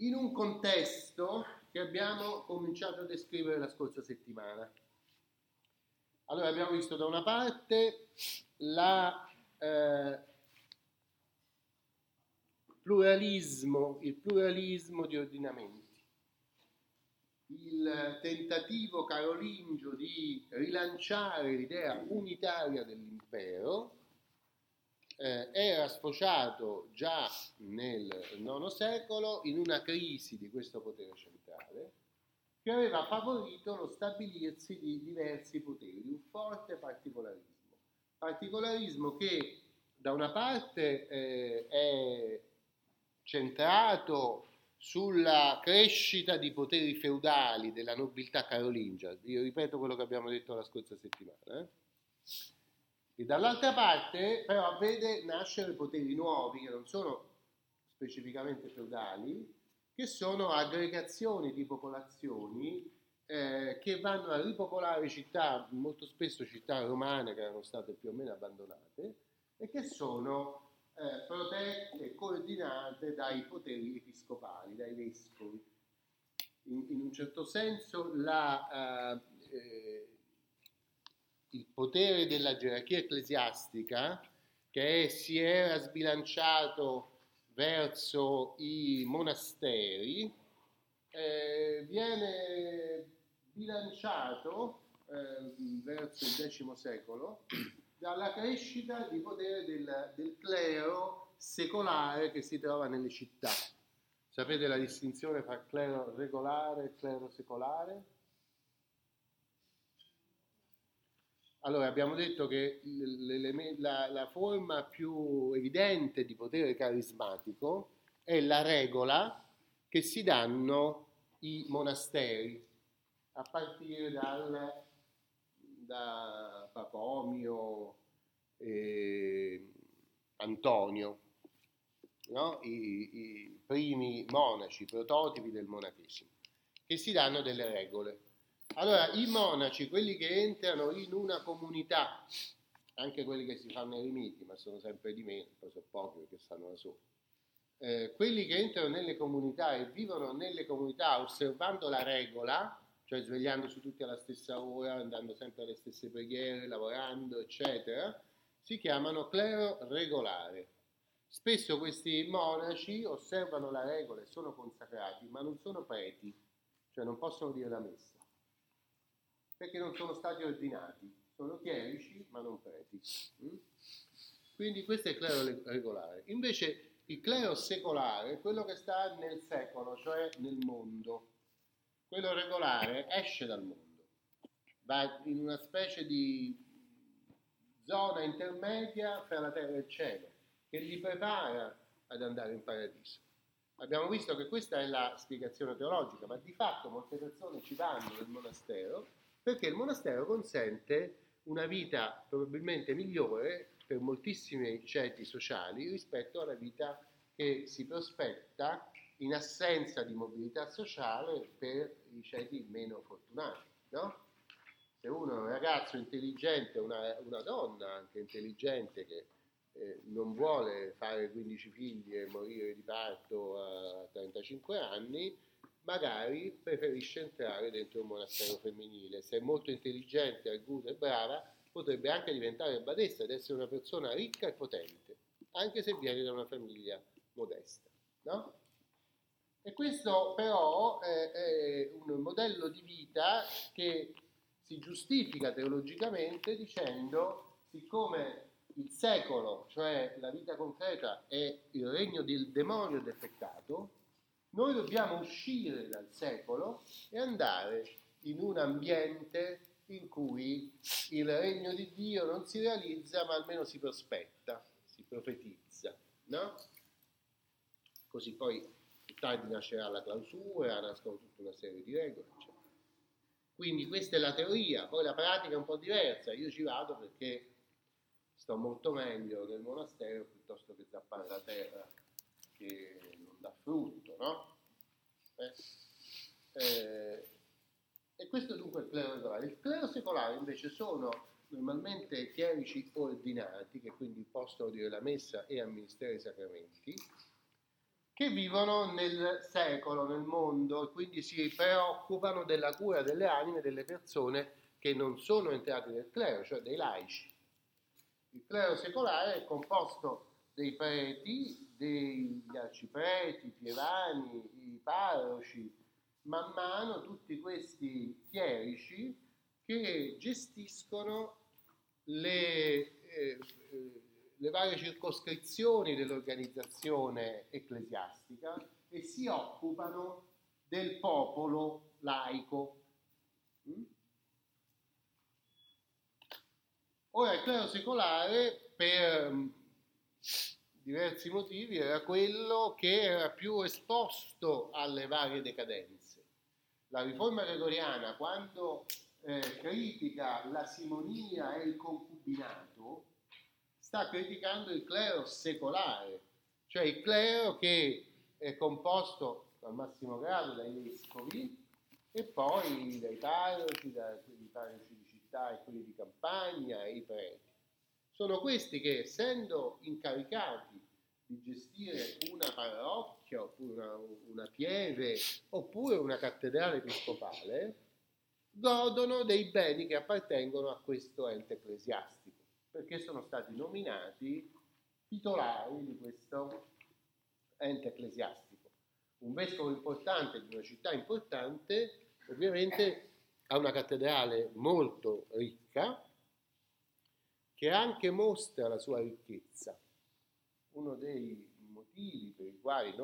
in un contesto che abbiamo cominciato a descrivere la scorsa settimana. Allora abbiamo visto da una parte il pluralismo di ordinamenti, il tentativo carolingio di rilanciare l'idea unitaria dell'impero era sfociato già nel IX secolo in una crisi di questo potere centrale che aveva favorito lo stabilirsi di diversi poteri, di un forte particolarismo che da una parte è centrato sulla crescita di poteri feudali della nobiltà carolingia, io ripeto quello che abbiamo detto la scorsa settimana, e dall'altra parte però vede nascere poteri nuovi che non sono specificamente feudali, che sono aggregazioni di popolazioni che vanno a ripopolare città, molto spesso città romane che erano state più o meno abbandonate e che sono protette e coordinate dai poteri episcopali, dai vescovi. In un certo senso il potere della gerarchia ecclesiastica che si era sbilanciato verso i monasteri viene bilanciato verso il X secolo dalla crescita di potere del clero secolare che si trova nelle città. Sapete la distinzione tra clero regolare e clero secolare? Allora, abbiamo detto che la forma più evidente di potere carismatico è la regola che si danno i monasteri, a partire da Pacomio e Antonio, no? I primi monaci, prototipi del monachesimo, che si danno delle regole. Allora, i monaci, quelli che entrano in una comunità, anche quelli che si fanno eremiti, ma sono sempre di meno, poi sono pochi perché stanno da soli, quelli che entrano nelle comunità e vivono nelle comunità osservando la regola, cioè svegliandosi tutti alla stessa ora, andando sempre alle stesse preghiere, lavorando, eccetera, si chiamano clero regolare. Spesso questi monaci osservano la regola e sono consacrati, ma non sono preti, cioè non possono dire la messa, perché non sono stati ordinati, sono chierici ma non preti. Quindi questo è il clero regolare. Invece il clero secolare è quello che sta nel secolo, cioè nel mondo. Quello regolare esce dal mondo, va in una specie di zona intermedia fra la terra e il cielo, che li prepara ad andare in paradiso. Abbiamo visto che questa è la spiegazione teologica, ma di fatto molte persone ci vanno nel monastero perché il monastero consente una vita probabilmente migliore per moltissimi ceti sociali rispetto alla vita che si prospetta in assenza di mobilità sociale per i ceti meno fortunati, no? Se uno è un ragazzo intelligente, una donna anche intelligente che non vuole fare 15 figli e morire di parto a 35 anni, magari preferisce entrare dentro un monastero femminile. Se è molto intelligente, arguta e brava, potrebbe anche diventare badessa ed essere una persona ricca e potente, anche se viene da una famiglia modesta, no? E questo però è un modello di vita che si giustifica teologicamente dicendo, siccome il secolo, cioè la vita concreta, è il regno del demonio e del peccato, noi dobbiamo uscire dal secolo e andare in un ambiente in cui il regno di Dio non si realizza, ma almeno si prospetta, si profetizza, no? Così poi più tardi nascerà la clausura, nascono tutta una serie di regole, eccetera. Quindi questa è la teoria, poi la pratica è un po' diversa. Io ci vado perché sto molto meglio nel monastero piuttosto che zappare la terra che non dà frutto, no? E questo dunque è il clero regolare. Il clero secolare invece sono normalmente chierici ordinati, che quindi possono dire la messa e amministrare i sacramenti, che vivono nel secolo, nel mondo, e quindi si preoccupano della cura delle anime delle persone che non sono entrate nel clero, cioè dei laici. Il clero secolare è composto dei preti, degli arcipreti, i pievani, i parroci, man mano tutti questi chierici che gestiscono le varie circoscrizioni dell'organizzazione ecclesiastica e si occupano del popolo laico. Ora il clero secolare per diversi motivi era quello che era più esposto alle varie decadenze. La riforma gregoriana, quando critica la simonia e il concubinato, sta criticando il clero secolare, cioè il clero che è composto al massimo grado dai vescovi e poi dai parroci, dai parroci di città e quelli di campagna e i preti. Sono questi che, essendo incaricati di gestire una parrocchia, oppure una pieve, oppure una cattedrale episcopale, godono dei beni che appartengono a questo ente ecclesiastico, perché sono stati nominati titolari di questo ente ecclesiastico. Un vescovo importante di una città importante ovviamente ha una cattedrale molto ricca che anche mostra la sua ricchezza. Uno dei motivi per i quali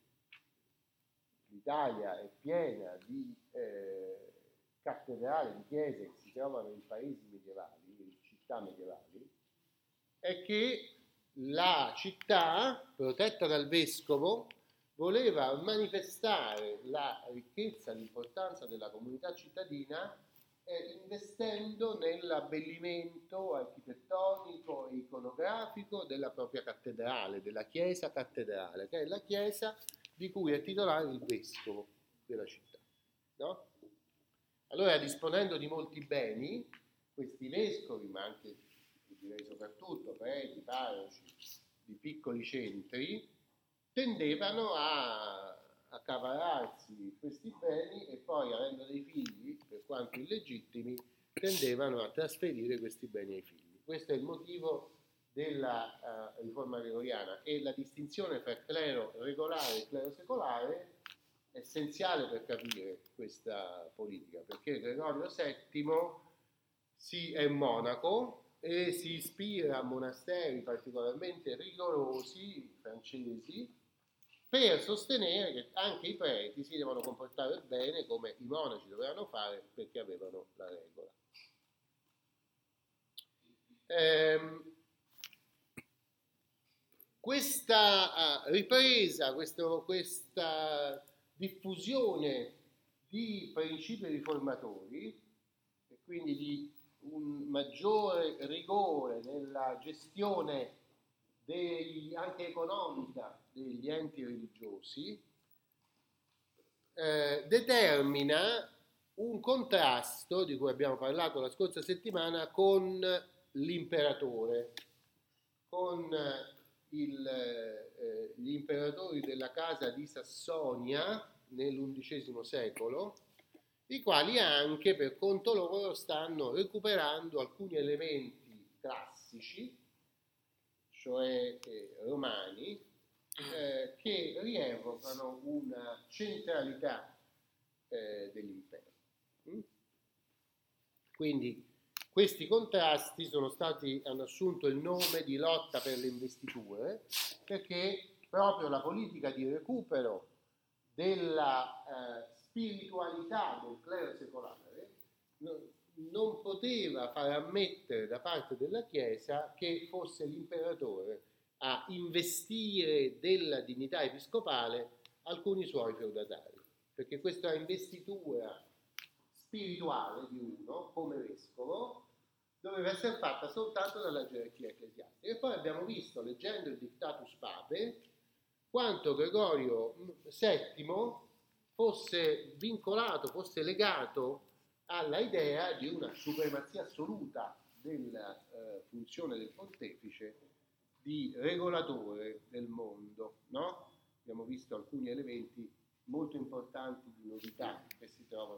l'Italia è piena di cattedrali, di chiese che si trovano in paesi medievali, in città medievali, è che la città, protetta dal vescovo, voleva manifestare la ricchezza, l'importanza della comunità cittadina investendo nell'abbellimento architettonico e iconografico della propria cattedrale, della chiesa cattedrale, che è la chiesa di cui è titolare il vescovo della città. No? Allora, disponendo di molti beni, questi vescovi, ma anche, direi soprattutto, preti, parroci di piccoli centri, tendevano a accaparrarsi questi beni e poi, avendo dei figli, per quanto illegittimi, tendevano a trasferire questi beni ai figli. Questo è il motivo della riforma gregoriana, e la distinzione tra clero regolare e clero secolare è essenziale per capire questa politica, perché Gregorio VII è monaco e si ispira a monasteri particolarmente rigorosi francesi per sostenere che anche i preti si devono comportare bene come i monaci dovevano fare, perché avevano la regola. Questa ripresa, questa diffusione di principi riformatori e quindi di un maggiore rigore nella gestione anche economica degli enti religiosi determina un contrasto di cui abbiamo parlato la scorsa settimana con l'imperatore, con gli imperatori della casa di Sassonia nell'undicesimo secolo, i quali anche per conto loro stanno recuperando alcuni elementi classici, cioè romani, che rievocano una centralità dell'impero. Quindi questi contrasti hanno assunto il nome di lotta per le investiture, perché proprio la politica di recupero della spiritualità del clero secolare non poteva far ammettere da parte della Chiesa che fosse l'imperatore a investire della dignità episcopale alcuni suoi feudatari, perché questa investitura spirituale di uno come vescovo doveva essere fatta soltanto dalla gerarchia ecclesiastica. E poi abbiamo visto, leggendo il Dictatus Pape, quanto Gregorio VII fosse vincolato, fosse legato alla idea di una supremazia assoluta della funzione del pontefice di regolatore del mondo, no? abbiamo visto alcuni elementi molto importanti di novità che si trovano